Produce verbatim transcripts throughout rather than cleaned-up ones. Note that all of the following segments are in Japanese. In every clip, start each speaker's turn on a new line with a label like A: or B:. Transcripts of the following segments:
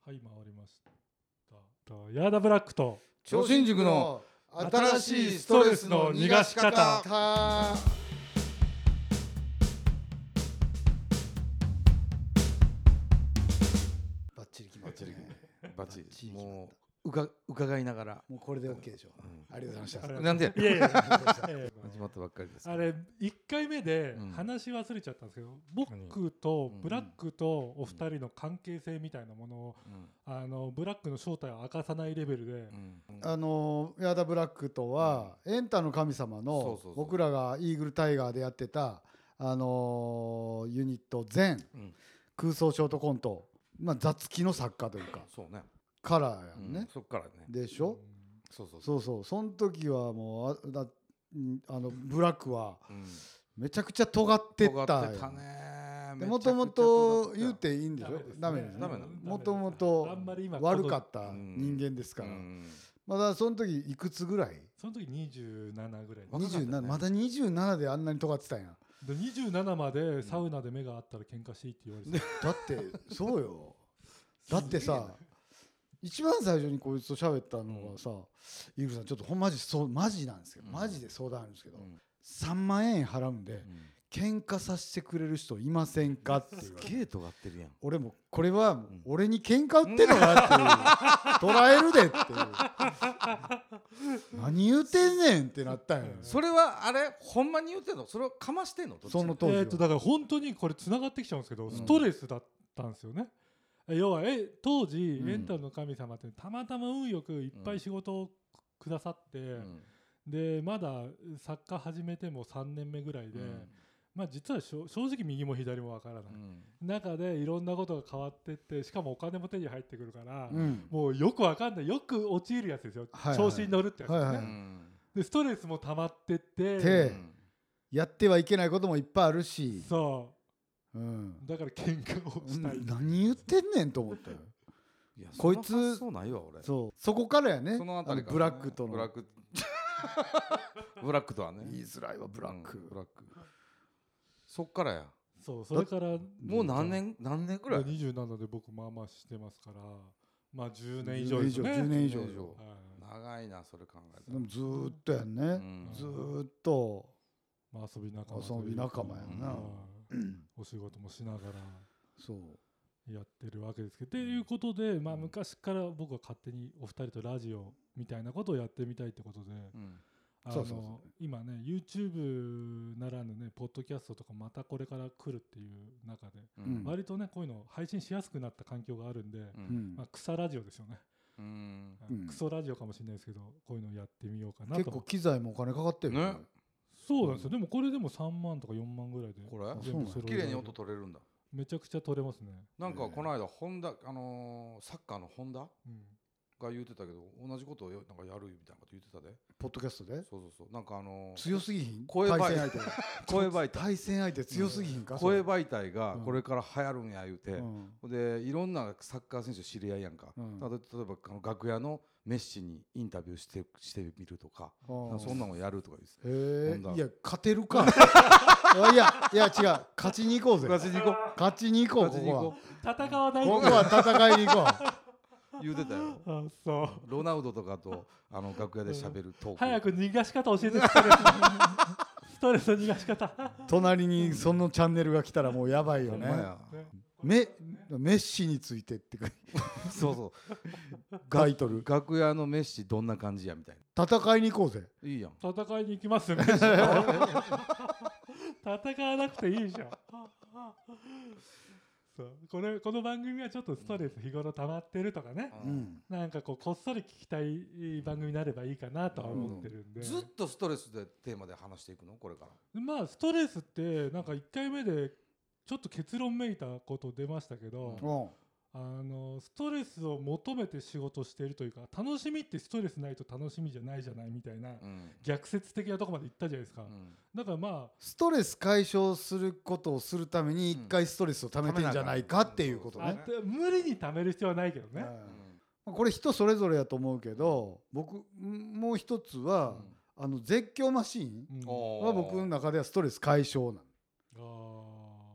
A: はい回りましたヤーダブラックと
B: 超新塾の新しいストレスの逃がし方。
C: バッチリ決まってるね。
B: バッチリ
C: バッチリ
B: もううか伺いながら
C: もうこれで OK でしょ、
B: うん
C: ありがとうございました。
B: なんで
A: いやいや
B: 始まったばっかりです
A: あれいっかいめで
B: うん
A: 話し忘れちゃったんですけど、僕とブラックとお二人の関係性みたいなものを、
B: うん
A: あのブラックの正体を明かさないレベルで、
B: うん
C: あのヤーダブラックとは、エンタの神様
B: そう
C: の
B: そうそう
C: 僕らがイーグルタイガーでやってたあのユニット全
B: うん
C: 空想ショートコント、まあ雑記の作家というか
B: そうね
C: カラーや
B: うん
C: んね、
B: そっからね
C: でしょ、
B: そうそう
C: そうそう、その時はもうあだんあのブラックは
B: うん
C: めちゃくちゃ尖ってった
B: 尖ってたね
C: もともと言うていいんでしょ、ダメですね
B: ダメなの
C: もともと
A: あんまり今
C: 悪かった人間ですから、
B: うん
C: まだその時いくつぐらい
A: その時にじゅうななぐらい
B: 若かったね
C: にじゅうなな、まだにじゅうななであんなに尖ってたんや。
A: でにじゅうななまでサウナで目があったら喧嘩していいって言われてた、
C: だってそうよだってさ一番最初にこいつと喋ったのがさ、イーグルさんちょっとほんまじそうマジなんですけど、
B: うん
C: マジで相談あるんですけど、
B: うん
C: さんまんえん払うんで
B: うん
C: 喧嘩させてくれる人いませんかっていう
B: すげえ尖ってるやん
C: 俺もこれはもう俺に喧嘩売ってんのかっていう捉えるでっていう何言うてんねんってなったんよ、
B: それはあれほんまに言ってんのそれをかましてんのどっち
C: その当時は、
A: えー、とだから本当にこれつながってきちゃうんですけど、
C: ん
A: ストレスだったんですよね。え要はえ当時、
C: うん
A: エンタの神様ってたまたま運よくいっぱい仕事をくださって、
B: うん
A: でまだ作家始めてもさんねんめぐらいで、
B: うん
A: まあ、実はしょ正直右も左もわからない、
B: うん
A: 中でいろんなことが変わってってしかもお金も手に入ってくるから、
C: うん
A: もうよくわかんないよく陥るやつですよ、
C: はいはい
A: 調子に乗るってやつですね、
C: はいはい
B: うん
A: でストレスも溜まってって
C: でやってはいけないこともいっぱいあるし、
A: そ
C: うん、
A: うだから喧嘩をしたい、
C: 何言ってんねんと思ったよ。
B: いや
C: こいつ
B: その発想ないわ俺
C: そうそこからやね、
B: そのあたりからね
C: ブラックとの
B: ブラックブラックとはね
C: 言いづらいわブラック、
B: うんブラックそっからや
A: そうそれから
B: もう何年何年くらい
A: にじゅうななで僕まあまあしてますからまあじゅうねん以上ですね
C: じゅうねん以上
B: じゅうねん以上
A: はい
B: 長いなそれ考えた
C: でもずーっとやんね、
B: うん
C: ずーっと
A: まあ遊び仲間というか
C: 遊び仲間やんな、
A: はいお仕事もしながら
C: そう
A: やってるわけですけど、ということで、まあ、昔から僕は勝手にお二人とラジオみたいなことをやってみたいってことで、
B: うん
A: あ
C: そうそうそう
A: の今ね YouTube ならぬねポッドキャストとかまたこれから来るっていう中で、
B: うん
A: 割とねこういうの配信しやすくなった環境があるんで、
B: う
C: うんん
A: まあ、草ラジオですよね、
B: うん
C: うん
A: クソラジオかもしれないですけどこういうのやってみようかなと。
C: 結構機材もお金かかってるよ
B: ね
A: そうなんですよ、でもこれでもさんまんとかよんまんぐらいで
B: これ
A: 全部揃えられる
B: 綺麗に音取れるんだ
A: めちゃくちゃ取れますね、
B: なんかこの間ホンダあのーサッカーのホンダ
A: うん
B: が言ってたけど同じことをよなんかやるみたいなこと言ってたで
C: ポッドキャストで
B: そうそうそうなんかあのー
C: 強すぎひん
B: 声媒
C: 対戦相手
B: 声媒体
C: 対戦相手強すぎひんか、
B: 声
C: それ
B: 媒体がこれから流行るんや言うて、
C: うん
B: でいろんなサッカー選手知り合いやんか、
C: うん
B: だから例えばあの楽屋のメッシにインタビューしてしてみるとか、
C: うん
B: そんなのやるとか言ってた
C: へ
B: ほんだ
C: えいや勝てるかいやいや違う勝ちに行こうぜ
B: 勝ちに行こ
C: 勝ちに行こう
B: 勝ちに行こ
A: 戦わない
C: ここはここは戦いに行こ
B: う言うてたよ
A: あそう
B: ロナウドとかとあの楽屋で喋るトーク
A: 早く逃がし方教えてストレスストレスの逃がし方
C: う隣にそのチャンネルが来たらもうやばいよね
B: ほんまや
C: メメッシについてって
B: そうそう
C: タイトル
B: 楽屋のメッシどんな感じやみたい
C: 戦いに行こうぜ
B: ないいやん
A: 戦いに行きますね戦わなくていいでしょそうこれこの番組はちょっとストレス日頃溜まってるとかね、
C: うん
A: なんかこうこっそり聞きたい番組になればいいかなとは思ってるんで、
B: ずっとストレスでテーマで話していくのこれから
A: まあストレスってなんかいっかいめでちょっと結論めいたこと出ましたけど、
C: うん
A: あのストレスを求めて仕事しているというか楽しみってストレスないと楽しみじゃないじゃないみたいな
B: うん
A: 逆説的なとこまで行ったじゃないですか、
B: うん
A: だからまあ
C: ストレス解消することをするために一回ストレスを溜めてんじゃないかっていうこと
A: あ
C: ね。
A: で無理に貯める必要はないけどね、
C: うんこれ人それぞれやと思うけど僕もう一つは、あの絶叫マシーン
A: うん
B: おー
C: は僕の中ではストレス解消なの。
A: あ
B: いや俺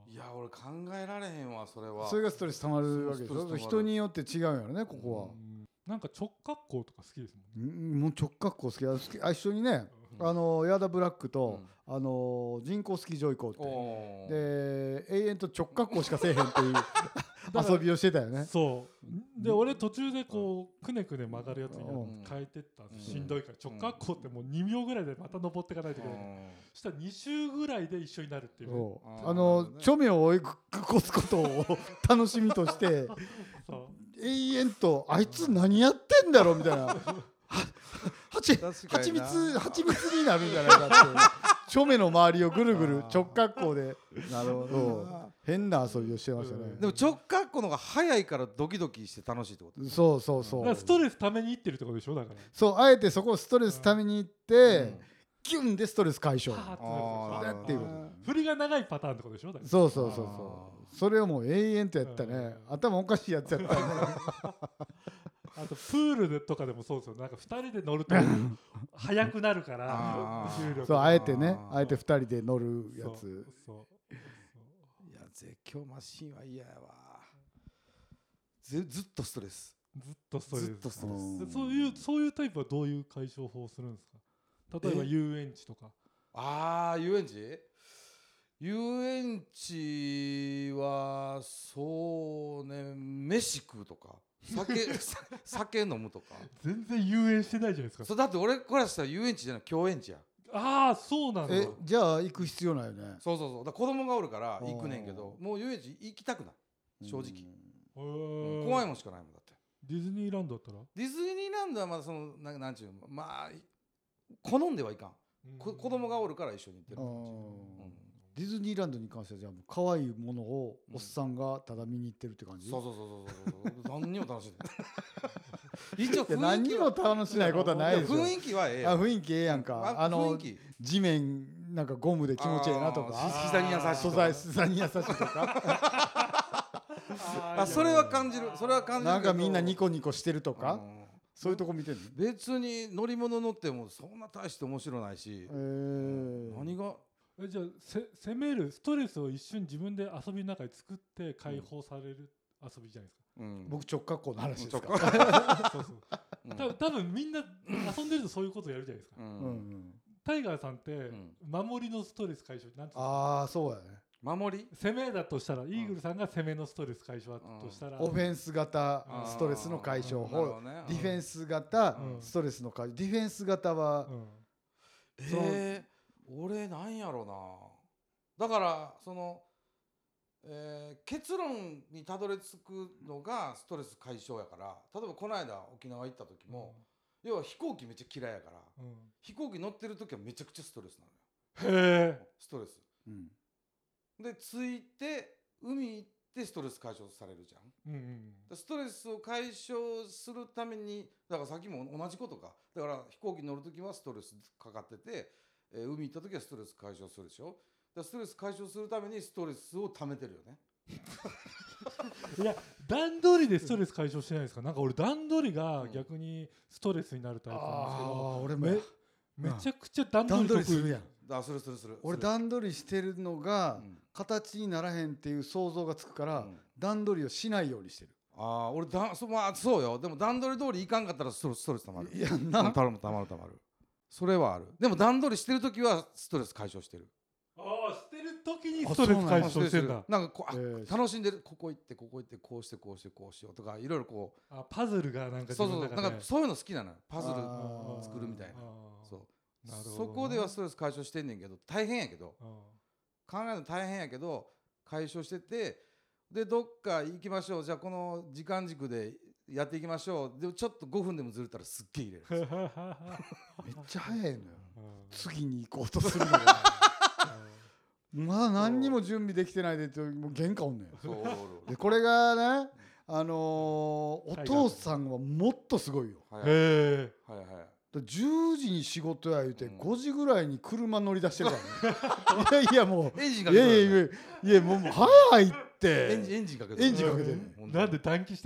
B: 俺考えられへんわそれは。
C: それがストレス溜まるわけでしょ。
B: そうストレス溜まる
C: 人によって違うんやろねここは。
A: うんなんか直角行とか好きですもんね。
C: うんもう直角行好き。あ好きあ一緒にね、
B: うん
C: あのヤダブラックと、
B: うん
C: あの人工スキー場行こうって。
B: おー
C: で永遠と直角行しかせえへんっていう遊びをしてたよね。
A: そうで俺途中でこうくねくね曲がるやつに
B: うん
A: 変えてったんです、
B: うん
A: しんどいから直角行ってもうにみょうぐらいでまた登っていかないといけないから、そしたらに周ぐらいで一緒になるっていうね、
C: そう
B: あー
C: あの
B: なるほどね
C: 著名を追い越すことを楽しみとして
A: そう
C: 永遠とあいつ何やってんだろうみたいなははち
B: 確かにな
C: 蜂蜜蜂蜜になるんじゃないかっていう著名の周りをぐるぐる直角行で
B: なるほ
C: そ
B: ど
C: う変な遊びをしてましたね。
B: でも直角行の方が早いからドキドキして楽しいってこと。
C: そうそうそ
A: だから
C: う
A: ストレスためにいってるってことでしょだから
C: そうあえてそこをストレスために行って、
B: うん
C: キュンでストレス解消
A: はあって
B: あー
A: なるでしょ
C: だっていうこ
A: 振りが長いパターンってことでしょだから
C: そうそうそうそうそれをもう永遠とやったね。頭おかしいやつやったね。
A: あとプールでとかでもそうですよなんかふたりで乗ると速くなるから
B: あー
A: 重力
C: そうあえてね
B: あー
C: あえてふたりで乗るや
A: そう
C: つ。
A: そう
B: いや絶叫マシンは嫌やわ。ずずっとストレス。
A: ずっとストレス
B: ずっとストレス。
C: うん
A: でそういうそういうタイプはどういう解消法をするんですか例えば
B: え
A: 遊園地とか
B: ああ遊園地遊園地はそうね飯食うとか酒酒飲むとか。
A: 全然遊園してないじゃないですか
B: そうだって俺からしたら遊園地じゃない共演地や。
A: ああそうなんだ
C: えじゃあ行く必要ないよね。
B: そうそうそうだから子供がおるから行くねんけどもう遊園地行きたくない正直、
A: へー
B: 怖いもんしかないもんだって。
A: ディズニーランドだったら
B: ディズニーランドはまだそのなんなんちゅうのまあ好んではいかん、こ子供がおるから一緒に行ってる
C: あ
B: 感じ、
C: ー
B: うん
C: ディズニーランドに関してはじゃあもう可愛いものをおっさんがただ見に行ってるって感じ。
B: そうそうそうそうそうそう何にも楽しんで一応
C: いや何にも楽しないことはないでしょ。
B: 雰囲気はええ
C: あ雰囲気ええやんか。あの
B: 雰囲気
C: 地面なんかゴムで気持ちええなと
B: あー
C: か
B: 膝に優しいとか
C: 素材膝に優しいとか
B: あそれは感じるそれは感じるけど
C: なんかみんなニコニコしてるとか
B: うん
C: そういうとこ見てんの。
B: 別に乗り物乗ってもそんな大して面白ないし、
C: えー
B: 何が
A: えじゃあせ攻めるストレスを一瞬自分で遊びの中で作って解放される遊びじゃないですか、
B: うん
C: 僕直角行の話ですか。
B: 直
A: そうそう
B: うん
A: 多分多分みんな遊んでるとそういうことやるじゃないですか、
B: う
C: うんうんん
A: タイガーさんって
B: ん
A: 守りのストレス解消なんていうんですか
C: ああそうやね。
B: 守り
A: 攻めだとしたらイーグルさんが攻めのストレス解消だとしたら、
C: オフェンス型
A: あー
C: ストレスの解消
B: なるほ
C: 法
B: どね
C: ディフェンス型
A: うん
C: ストレスの解消。ディフェンス型は
A: うん
B: えー、俺なんやろなだからその、えー結論にたどり着くのがストレス解消やから例えばこの間沖縄行った時も、要は飛行機めっちゃ嫌いやから
A: うん
B: 飛行機乗ってる時はめちゃくちゃストレスな
A: へ
B: のよ
A: え
B: ストレス
C: うん
B: で着いて海行ってストレス解消されるじゃん
A: うんうん
B: でストレスを解消するためにだからさっきも同じことかだから飛行機に乗るときはストレスかかってて、えー海行ったときはストレス解消するでしょだからストレス解消するためにストレスを溜めてるよね
A: いや段取りでストレス解消してないですかなんか俺段取りが逆にストレスになるタイプなんですけ
C: あ
A: ど、
C: あ俺もや
A: めめちゃくちゃ段取
C: 段
A: り得意
C: 取りするやん。
B: だからするするする
C: 俺
B: する
C: 段取りしてるのが
B: うん
C: 形にならへんっていう想像がつくから
B: うん
C: 段取りをしないようにしてる。
B: ああ俺だそ,、まあ、そうよでも段取り通りいかんかったらストレスストレス溜まる
C: いや
B: うん
C: な
B: たまるたまるたまるそれはあるでも段取りしてるときはストレス解消してる
A: ああしてる時にストレス解消してんだ
B: なんかこうあ、
C: えー
B: 楽しんでるここ行ってここ行ってこうしてこうしてこうしようとかいろいろこう
A: あパズルがなんか
B: そうそうそう
A: 自分の中で
B: なんかそういうの好きなのよパズル
C: あー
B: 作るみたいな
A: あー
B: そう
A: なるほどな
B: そこではストレス解消してんねんけど大変やけど
A: あ
B: 考えるの大変やけど解消しててでどっか行きましょうじゃあこの時間軸でやっていきましょうでもちょっとごふんでもずれたらすっげえ入れる
A: ー
C: めっちゃ早いのよ。
A: うん
C: 次に行こうとするのがまだ何にも準備できてないでってもう喧嘩おんのよ。
B: そうおるおるおる
C: でこれがねあのーお父さんはもっとすごいよ。
B: はい
A: へえ
B: はいはい
C: だじゅうじに仕事や言うて
B: うん
C: ごじぐらいに車乗り出してるからね。いやいやもう
B: エンジン
C: いやい
B: かけてる
C: やいやいやもうもう早いっ
B: エンジン
C: て。
B: エンジンかけてる
C: エンジンかけてる
B: ほんと
A: なんで短期してんの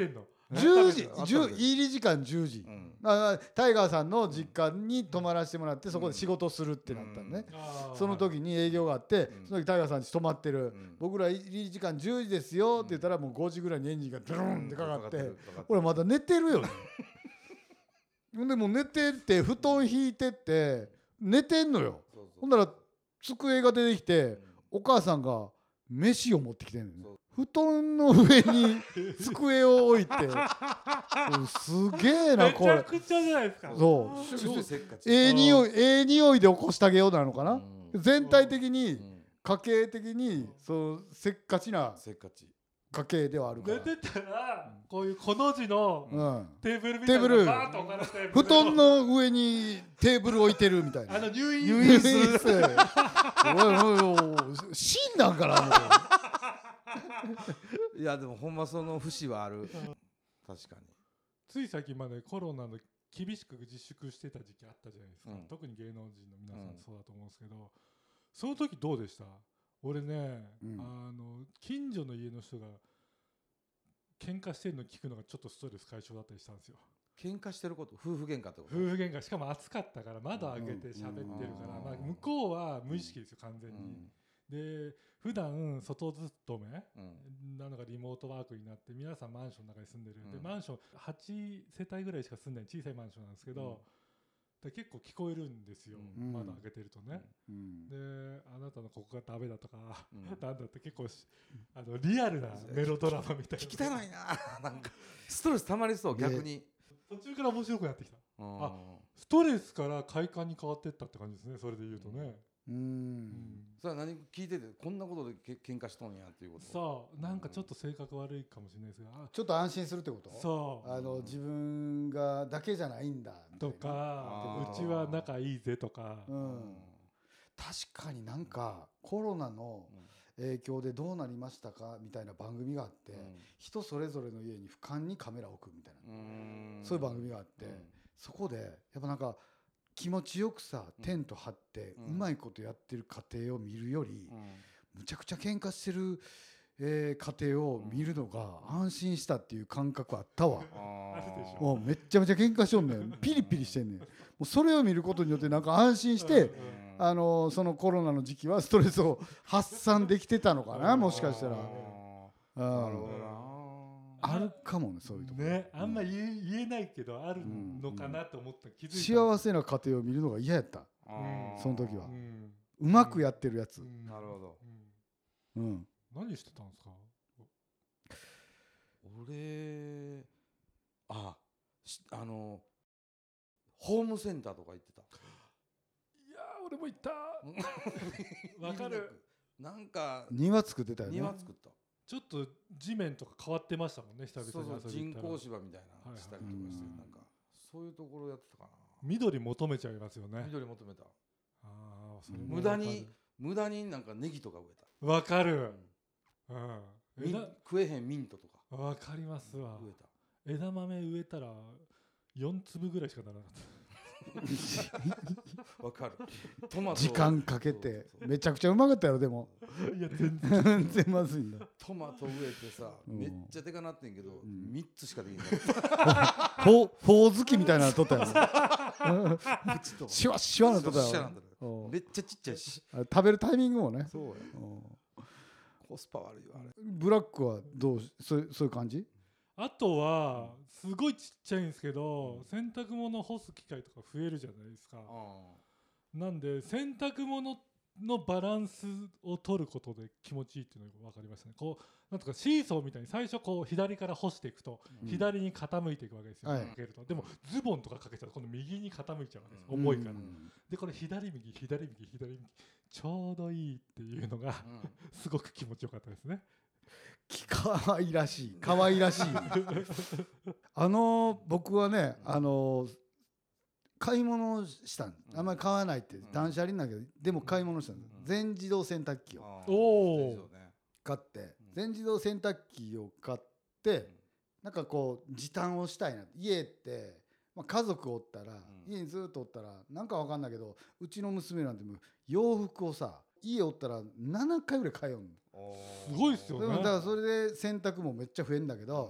C: じゅうじ
B: あった
C: じゅう
B: けど
C: 入り時間じゅうじ、
B: うん
C: あタイガーさんの実家に泊まらせてもらってそこで仕事するってなったのね、
A: あー
C: その時に営業があって、
B: うん
C: その時タイガーさんち泊まってる、
B: うん
C: 僕ら入り時間じゅうじですよって言ったらもうごじぐらいにエンジンがドゥルンってかかって、
B: うんかかるかかってる
C: 俺まだ寝てるよねほんでもう寝てって布団引いてって寝てんのよ。
B: そうそう
C: ほんなら机が出てきて
B: うん
C: お母さんが飯を持ってきてんのよね
B: そう
C: 布団の上に机を置いてうんすげえな
A: めちゃ
C: これ
A: くちゃじゃないですか。
C: そう
B: シュッシュせっかち
C: ええ匂いええ匂いで起こしてあげようなのかな、
B: うん
C: 全体的
B: う
C: に
B: ん
C: 家計的にそうせっかちな
B: せっかち
C: 家計ではあるから
A: 寝てたらこういうこの字の
C: うん
A: テーブルみたいな
C: テーブル
A: のがバーッと置かれて
C: 布団の上にテーブル置いてるみたいな
A: あの入院
C: 入院室おいおいおい死んだんかな思って
B: いやでもほんまその節はある確かに
A: つい最近までコロナの厳しく自粛してた時期あったじゃないですか、
B: うん
A: 特に芸能人の皆さ
B: うん
A: んそうだと思うんですけど、その時どうでした？俺ね、
C: うん
A: あの近所の家の人が喧嘩してるの聞くのがちょっとストレス解消だったりしたんですよ。
B: 喧嘩してること夫婦喧嘩ってこと
A: 夫婦喧嘩しかも暑かったから窓開けて喋ってるから、
B: うん
A: まあ、向こうは無意識ですよ完全に、で普段外勤め
B: うん
A: なのがリモートワークになって皆さんマンションの中に住んでる、
B: うん
A: でマンションはち世帯ぐらいしか住んでない小さいマンションなんですけど、で結構聞こえるんですよ、
C: うん
A: 窓開けてるとね、
C: うん
A: であなたのここがダメだとか、
B: うん
A: なんだって結構しあのリアルなメロドラマみたいな
B: 聞きたないななんかストレス溜まりそう逆に
A: 途中から面白くなってきた。
B: うん
A: あストレスから快感に変わっていったって感じですね、それで言うとね、
C: う
A: うん
C: ん
B: それは何聞いててこんなことでけ喧嘩しとんやっていうこと
A: そうなんかちょっと性格悪いかもしれないですが、あ
C: ちょっと安心するってこと
A: そう
C: あの自分がだけじゃないんだみたい
A: と
C: な
A: か
B: ー
A: うちは仲いいぜとか、
C: うん確かになんかコロナの影響でどうなりましたかみたいな番組があって、人それぞれの家に俯瞰にカメラを置くみたいな、
B: うん
C: そういう番組があって、そこでやっぱなんか気持ちよくさテント張って
B: うん
C: うまいことやってる家庭を見るより、
B: うん
C: むちゃくちゃ喧嘩してる、えー家庭を見るのが安心したっていう感覚あったわ。
B: あ
A: あるでしょ
C: もうめっちゃめちゃ喧嘩しとんねんピリピリしてんねん。もうそれを見ることによってなんか安心して、
A: うん
C: あのーそのコロナの時期はストレスを発散できてたのかな、もしかしたら。
B: あ
C: うん
B: ーなるほどな
C: あるかもね、そういうところ。
A: ね、あんま言え言えないけどあるのかなと思った、気づいた
C: 幸せな家庭を見るのが嫌やった。
B: あー
C: その時は
A: うん
C: うまくやってるやつ。
A: うん
B: なるほど
A: うん
C: うん。
A: 何してたんですか？
B: 俺あしあのホームセンターとか行ってた
A: いやー俺も行ったわかる。
B: なんか
C: 庭作ってたよね。
B: 庭作った
A: ちょっと地面とか変わってましたもんね、久々に
B: そうそう人
A: 遊びに行ったら
B: 工芝みたいなのしたりとかして
C: はいはい
B: なんかそういうところやってたかな
A: 緑求めちゃいますよね。
B: 緑求めた
A: あーそれも
B: 無駄に無駄になんかネギとか植え
A: わかる。
B: た
A: うん
B: ミン
A: 枝
B: 食えへんミントとか
A: わかりますわ。
B: 植えた
A: 枝豆植えたらよん粒ぐらいしかならなかっ
B: わかるトマト
C: 時間かけて
B: そうそう
C: めちゃくちゃうまかったやろでも。
A: た。いや全然。
C: 全然まずいんだ。
B: トマト植えてさ
C: うん
B: めっちゃでかなってんけど
C: ん
B: みっつしかできない
C: フォフォー好きみたいなの撮ったよね。
B: 口と
C: シュワッシュワな撮ったよ
B: シュワッシュワなってる
C: うん
B: めっちゃちっちゃいし
C: あれ食べるタイミングもね。
B: そうや
C: うん
B: コスパ悪いわあれ
C: ブラックはどうそういうそういう感じ？
A: あとはすごいちっちゃいんですけど、洗濯物干す機会とか増えるじゃないですか。なんで洗濯物のバランスを取ることで気持ちいいっていうのが分かりましたね。こうなんとかシーソーみたいに最初こう左から干していくと
C: うん
A: 左に傾いていくわけですよ、
C: はい
A: かけると。でもズボンとかかけちゃうと今度右に傾いちゃうわけです、
B: うん
A: 重いから。
C: うん
A: でこれ左右左右左右ちょうどいいっていうのが
B: うん
A: すごく気持ちよかったですね。
C: 可愛らしい可愛らしい。あの僕はねあの買い物したんあんまり買わないって断捨離なんだけどでも買い物したん
B: ん
C: 全自動洗濯機を
B: あー
A: おー
B: そうね
C: 買って全自動洗濯機を買ってなんかこう時短をしたいな家ってまあ家族おったら
B: うん
C: 家にずっとおったらなんかわかんないけどうちの娘なんてもう洋服をさ家おったらななかいぐらい買えよんの
B: おー
A: すごいっすよね
C: でもだからそれで洗濯もめっちゃ増えんだけど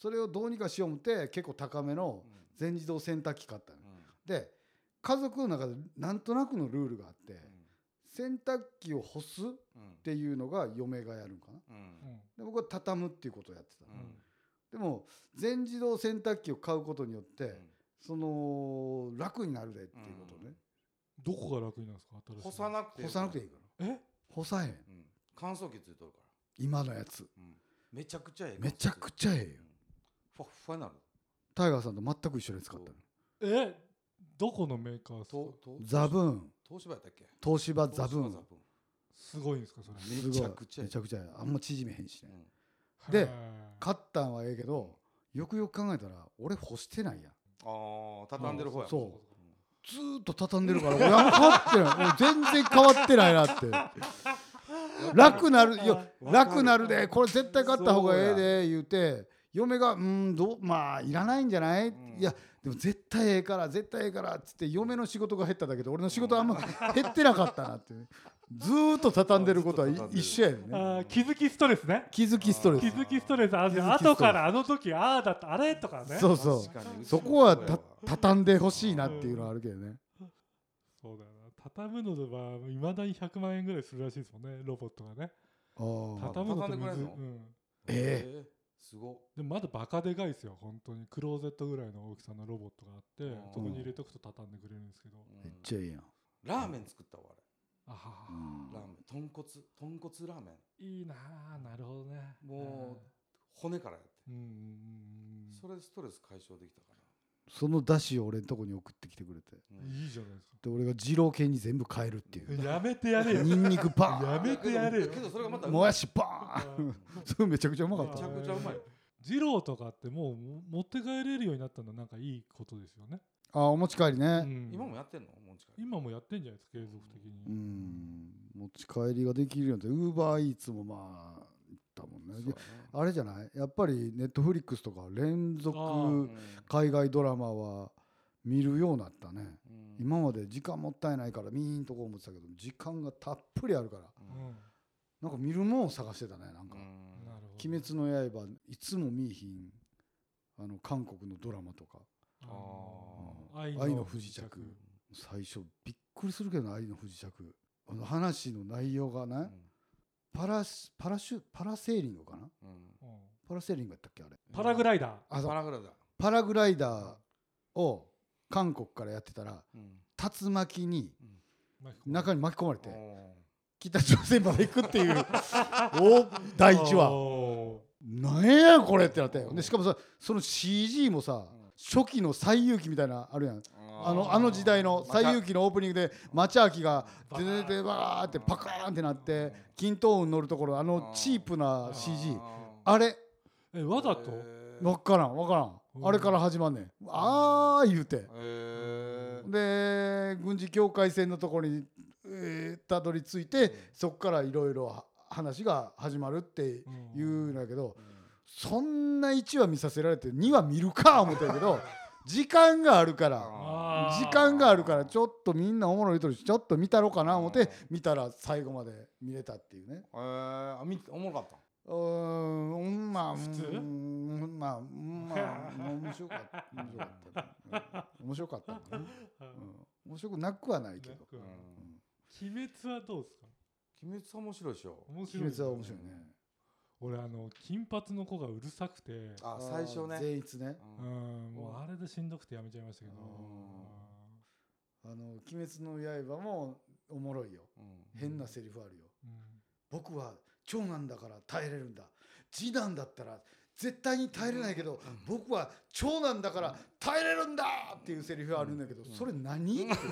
C: それをどうにかしよう思って結構高めの全自動洗濯機買ったの、うん、で家族の中でなんとなくのルールがあって、うん、洗濯機を干すっていうのが嫁がやるんかな、うん、で僕は畳むっていうことをやってた、うん、でも全自動洗濯機を買うことによって、うん、その楽になるでっていうことね、
A: うん、どこが楽になるんですか？新しい
B: 干さなくていい
C: 干さなくていいから
A: え
C: 干さへん、うん、
B: 乾燥機ついとるから
C: 今のやつ、うん、
B: めちゃくちゃええ
C: めちゃくちゃええよ、
B: ふわっふわになる。
C: タイガーさんと全く一緒に使ったの。
A: えどこのメーカーですか？
C: ザブーン。
B: 東芝やったっけ？
C: 東芝ザブーン。
A: すごいんですかそれ？
B: めちゃくちゃ
C: めちゃくちゃあんま縮めへんしね、うん、で買ったんはええけどよくよく考えたら俺干してないやん。
B: ああ畳んでる方や、うん、
C: そうずーっと畳んでるから俺あんま変わってない全然変わってないなって楽なるよ楽なるでこれ絶対買った方がええで言うて嫁がうんどまあいらないんじゃない、うん、いやでも絶対ええから絶対ええからっつって嫁の仕事が減っただけで俺の仕事あんま減ってなかったなってずーっと畳んでることは一緒やね。
A: あ気づきストレスね。
C: 気づきストレス。
A: 気づきストレス。あ後からあの時ああだったあれとかね。
C: そうそう。そこはた畳んでほしいなっていうのはあるけどね。
A: そうだよな。畳むのはいまだにひゃくまんえんぐらいするらしいですもんねロボットがね。あ畳むのってむずい。うん。
B: ええすご。
A: でもまだバカでかいですよ本当にクローゼットぐらいの大きさのロボットがあってそこに入れとくと畳んでくれるんですけど。
C: めっちゃいいやん。
B: ラーメン作ったわあれ。
A: あ
B: ラーメン豚骨豚骨ラーメ
A: ンいいなあなるほどね
B: もう骨からやって
A: うん
B: それでストレス解消できたから
C: その出汁を俺のとこに送ってきてくれて、
A: うん、いいじゃないですか
C: で俺が二郎系に全部変えるっていう
A: やめてやれよ
C: ニンニクパーン
A: やめてやれよ
B: けどそれがまた
C: もやしパーンそれめちゃくちゃうまかった
B: めちゃくちゃうまい
A: 二郎とかってもう持って帰れるようになったのはなんかいいことですよね
C: あお持ち帰りね、
B: うん、今もやってんの持ち帰り
A: 今もやってんじゃないですか継続的に
C: うん持ち帰りができるようになってウーバーイーツもまあいったもん ね, ねあれじゃないやっぱりネットフリックスとか連続海外ドラマは見るようになったね、うん、今まで時間もったいないから見ーんとこ思ってたけど時間がたっぷりあるから、うん、なんか見るもんを探してたねなんか、うん、鬼滅の刃いつも見いひんあの韓国のドラマとかあ愛の不時着最初びっくりするけどな愛の不時着あの話の内容がね、うん、パラパラシュパラセーリングかな、うん、パラセーリングやったっけあれ
A: パラグライダー
B: あパラグライダー
C: パラグライダーを韓国からやってたら、うん、竜巻に中に巻き込まれて、うん、北朝鮮まで行くっていうお第一話なんやこれってなってでしかもさその シージー もさ、うん、初期の西遊記みたいなあるやんあのあの時代の西遊記のオープニングで町明がでででバーってパカーンってなって均等運乗るところあのチープな シージー あれ
A: えわざと
C: 分からん分からんあれから始まんねんあー言うてで軍事境界線のところにえー、たどり着いて、うん、そこからいろいろ話が始まるって言うんだけど、うん、そんないちわ見させられてにわ見るか思ったけど時間があるから時間があるからちょっとみんなおもろいとるしちょっと見たろうかな思って見たら最後まで見れたっていうね。
B: えー、あ見おもろかった
C: うーんまあ
A: 普通
C: うんまあまあ面白かった面白かった面白かった、ねうん、面白くなくはないけど、うん
A: 鬼滅はどうですか？
B: 鬼滅は面白いでしょ。
C: 面白い、ね、鬼滅は面白いね。
A: 俺あの金髪の子がうるさくて、
B: あ最初ね。
C: 善逸ね。
A: うん、もうあれでしんどくてやめちゃいましたけど。
C: あの鬼滅の刃もおもろいよ。うん、変なセリフあるよ。うん、僕は長男だから耐えれるんだ。次男だったら絶対に耐えれないけど、うん、僕は長男だから耐えれるんだっていうセリフがあるんだけど、うん、それ何？って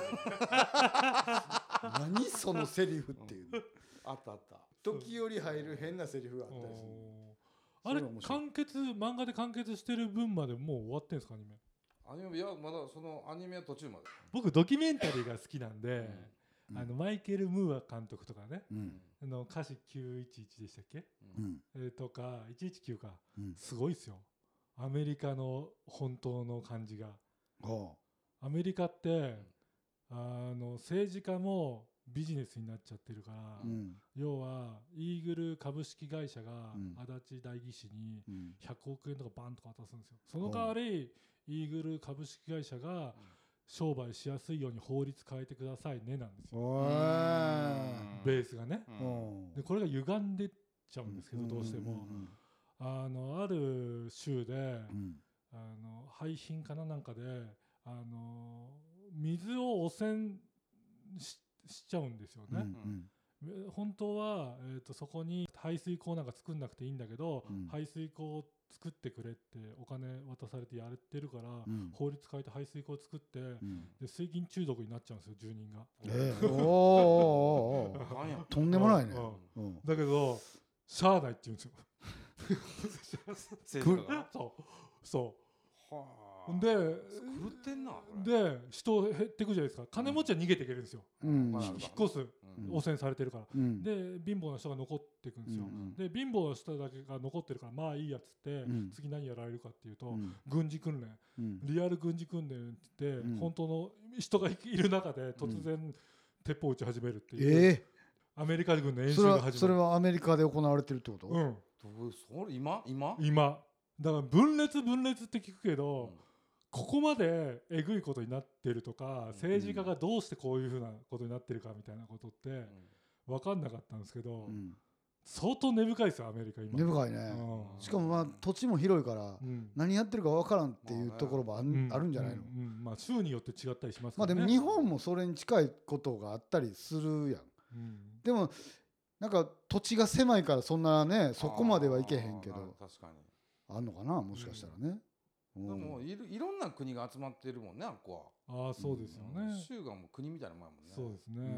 C: 何そのセリフっていう、うん、
B: あったあった
C: 時折入る変なセリフがあったりする。
A: あれ完結漫画で完結してる分までもう終わってんですかアニメ？
B: アニメいやまだそのアニメは途中まで。
A: 僕ドキュメンタリーが好きなんで、うん、あのマイケル・ムーア監督とかね、うん、あの歌詞きゅういちいちでしたっけ、うんえー、とかいちいちきゅうか、うん、すごいですよアメリカの本当の感じが。アメリカってあの政治家もビジネスになっちゃってるから、
C: うん、
A: 要はイーグル株式会社が
C: うん
A: 足立代議士に
C: うん
A: ひゃくおくえんとかバンとか渡すんですよ。その代わりイーグル株式会社が商売しやすいように法律変えてくださいねなんですよ、
C: おー
A: ベースがね。
C: うん
A: でこれが歪んでっちゃうんですけど、どうしてもあのある州で、
C: うん
A: あの廃品かななんかであの水を汚染 し, しちゃうんですよね、
C: うん
A: 本当は、えー、とそこに排水溝なんか作んなくていいんだけど、
C: うん
A: 排水溝を作ってくれってお金渡されてやってるから、
C: うん
A: 法律変えて排水溝を作って、
C: うん
A: で水銀中毒になっちゃうんですよ、住人が。
C: えー、おーおーおーおーとんでもないね、
A: うん
C: うん
A: だけどしゃあないって言うんですよ
B: 政治家が
A: そうそう
B: は
A: ほんで
B: 狂ってんなこれ
A: で人減ってくじゃないですか。金持ちは逃げていけるんですよ、
C: うん
B: まあ
A: 引っ越す、
B: うん
A: 汚染されてるから。
C: うん
A: で貧乏な人が残っていくんですよ、
C: うん
A: で貧乏な人だけが残ってるからまあいいやつって、
C: ん
A: 次何やられるかっていうと、
C: うん
A: 軍事訓練、
C: うん
A: リアル軍事訓練って言って、
C: うん
A: 本当の人がいる中で突然、鉄砲撃ち始めるっていう、
C: え
A: アメリカ軍の
C: ー、
A: 演習
C: それは
A: が始まる。
C: それはアメリカで行われてるってこと、
A: うん、
B: どういうそれ今今
A: 今だから分裂分裂って聞くけど、
B: うん
A: ここまでえぐいことになってるとか、政治家がどうしてこういうふうなことになってるかみたいなことって分かんなかったんですけど、
C: うん、
A: 相当根深いですよアメリカ今。
C: 根深いね、
A: うん
C: しかもまあ土地も広いから
A: うん
C: 何やってるか分からんっていうところもあん,、あるんじゃないの、
A: うんうんまあ州によって違ったりします
C: ま
A: からね。
C: あでも日本もそれに近いことがあったりするやん。
A: うん
C: でもなんか土地が狭いからそんなねそこまではいけへんけ
B: あー
C: ど
B: 確かに
C: あんのかなもしかしたらね、うん
B: でもいるいろんな国が集まってるもんねあっこは
A: ああそうですよね、
B: うん州がもう国みたいなもんやもんね
A: そうですね、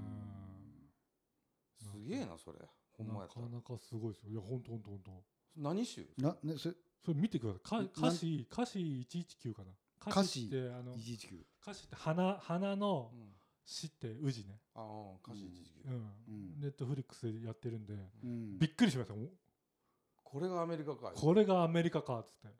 B: すげえなそれほんまや
A: な
B: ったら
A: かなかすごいですよ。いやほんとほんとほんと
B: 何州
C: なねそれ
A: それ見てください。か
C: な
A: 歌詞歌詞いちいちきゅうかな。
C: 歌詞
A: ってあの
C: いちいちきゅう
A: 歌詞って花花の
B: うん
A: 詩って宇治ね。
B: ああ歌詞一時期
A: うん。
C: うん
A: ネットフリックスでやってるんで、
C: うん
A: びっくりしました。お
B: これがアメリカか
A: これがアメリカかっつって。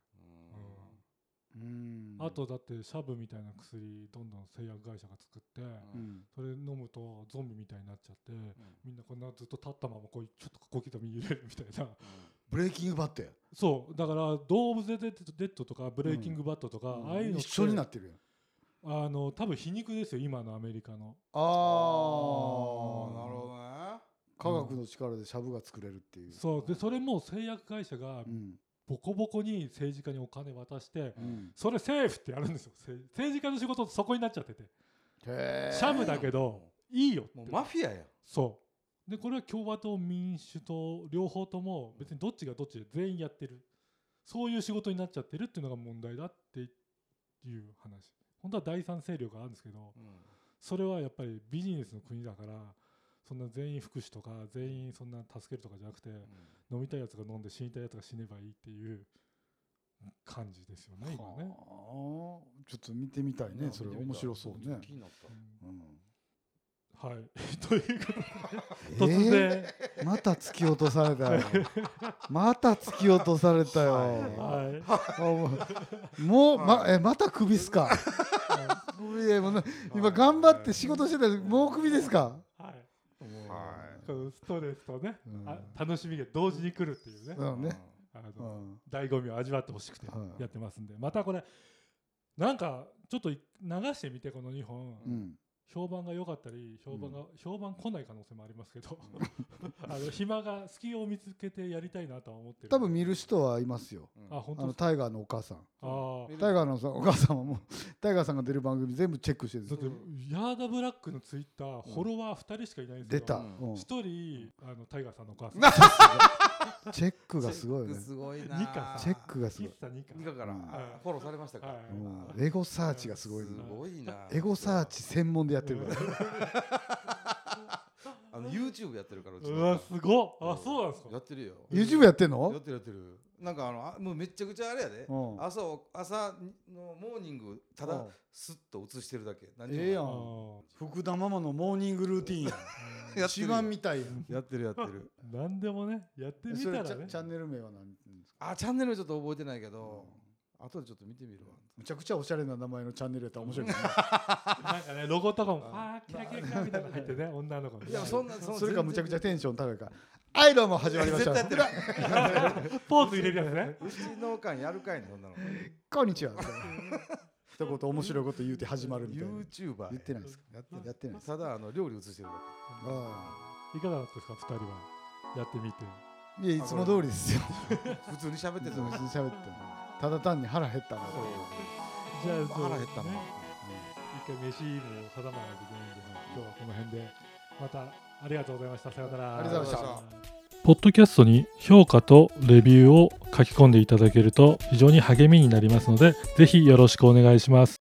C: うん
A: あとだってシャブみたいな薬どんどん製薬会社が作って、
C: うん
A: それ飲むとゾンビみたいになっちゃって、みんなこんなずっと立ったままこうちょっと小刻みに揺れるみたいな。
C: ブレイキングバットや
A: そうだから「ドーム・ゼ・デッド」とか「ブレイキング・バット」とか、
C: うん
A: ああいうのって
C: 一緒になってるやん
A: あの多分皮肉ですよ今のアメリカの。
C: あ
B: ああ
C: あ
B: なるほどね
C: 科学の力でシャブが作れるっていう、
A: そうでそれも製薬会社が
C: うん
A: ボコボコに政治家にお金渡して、
C: うん、
A: それセーフってやるんですよ。せ政治家の仕事ってそこになっちゃってて、
C: へー
A: シャブだけどいいよって。
B: もうマフィアや
A: そうでこれは共和党民主党両方とも別にどっちがどっちで全員やってる、そういう仕事になっちゃってるっていうのが問題だっていう話。本当は第三勢力があるんですけど、それはやっぱりビジネスの国だから、そんな全員福祉とか全員そんな助けるとかじゃなくて、飲みたいやつが飲んで死にたいやつが死ねばいいっていう感じですよね今ね。
C: はあちょっと見てみたいねそれ面白そうね、
B: 気になった
C: うん
A: はいということで突然、
C: えーまた突き落とされたよまた突き落とされたよ、
A: はい
C: あもうもう、まえまた首っすかいやもうな今頑張って仕事してたらもう首ですか、
A: はい
B: はい
A: このストレスとね、
C: うん
A: あ楽しみが同時に来るっていうね、
C: うんね
A: あ
C: う
A: の
C: ん
A: 醍醐味を味わってほしくて
C: はい
A: やってますんで、またこれなんかちょっと流してみてこのにほん、
C: うん
A: 評判が良かったり評判が、評判来ない可能性もありますけどあの暇が隙を見つけてやりたいなとは思ってる。
C: 多分見る人はいますよ、
A: あ本
C: あの
A: 当ですか。
C: タイガーのお母さん
A: あー
C: タイガーのさお母さんはもうタイガーさんが出る番組全部チェックしてるんです
A: だってヤーダブラックのツイッター、フォロワーふたりしかいないんですけど、
C: 出た、
B: うん
C: うん
A: ひとりあのタイガーさんのお母さん
C: チェックがすごいね
B: すごいな
A: ニカ
C: チェックがすごい
A: 喫茶ニカ
B: ニカから
A: はい
B: フォローされましたか
A: はい
C: うんエゴサーチがすごいね
B: すごいな
C: エゴサーチ専門でやってるから
B: あの YouTube やってるからうち
A: うわすごっ。あそうなんですか。
B: やってるよ
C: YouTube やってん
B: や
C: の
B: ってるやってるなんかあのあもうめっちゃくちゃあれやで
C: うん
B: 朝を朝のモーニングただ
C: うん
B: スッと映してるだけ何にも
C: ええやん
A: あ
C: 福田ママのモーニングルーティンや
B: やってる
C: 一番みたいやん
B: やってるやってる
A: ーなんでもねやってみ
C: それチ
A: たらね。
C: ャチャンネル名は何ですか
B: あチャンネルちょっと覚えてないけど後でちょっと見てみるわ。
C: むちゃくちゃおしゃれな名前のチャンネルやったら面白いですね
A: なんかねロゴとかもあーキラキラキラみたいなの入ってね女の子の
B: いやそんなそんな
C: それかむちゃくちゃテンション高いからはいどうも始まりました
B: 絶対やってない
A: ポーズ入れるやつね
B: うちの間やるかいねそんなの。
C: こんにちはみたいな一言面白いこと言うて始まるみたいな
B: YouTuber
C: 言ってないですかやってやってないです
B: ただあの料理映してるだ
C: あ
A: いかがだったですかふたりはやってみて。
C: あいやいつも通りですよ
B: け。普通に喋ってた
C: 普通に喋ってただ単に腹減ったな
B: そう
A: じゃあそう
B: 腹減ったもん。
A: ね一回飯も挟まないといけないんで、今日はこの辺でまたありがとうございました。さようなら。
C: ありがとうございました
A: ポッドキャストに評価とレビューを書き込んでいただけると非常に励みになりますので、ぜひよろしくお願いします。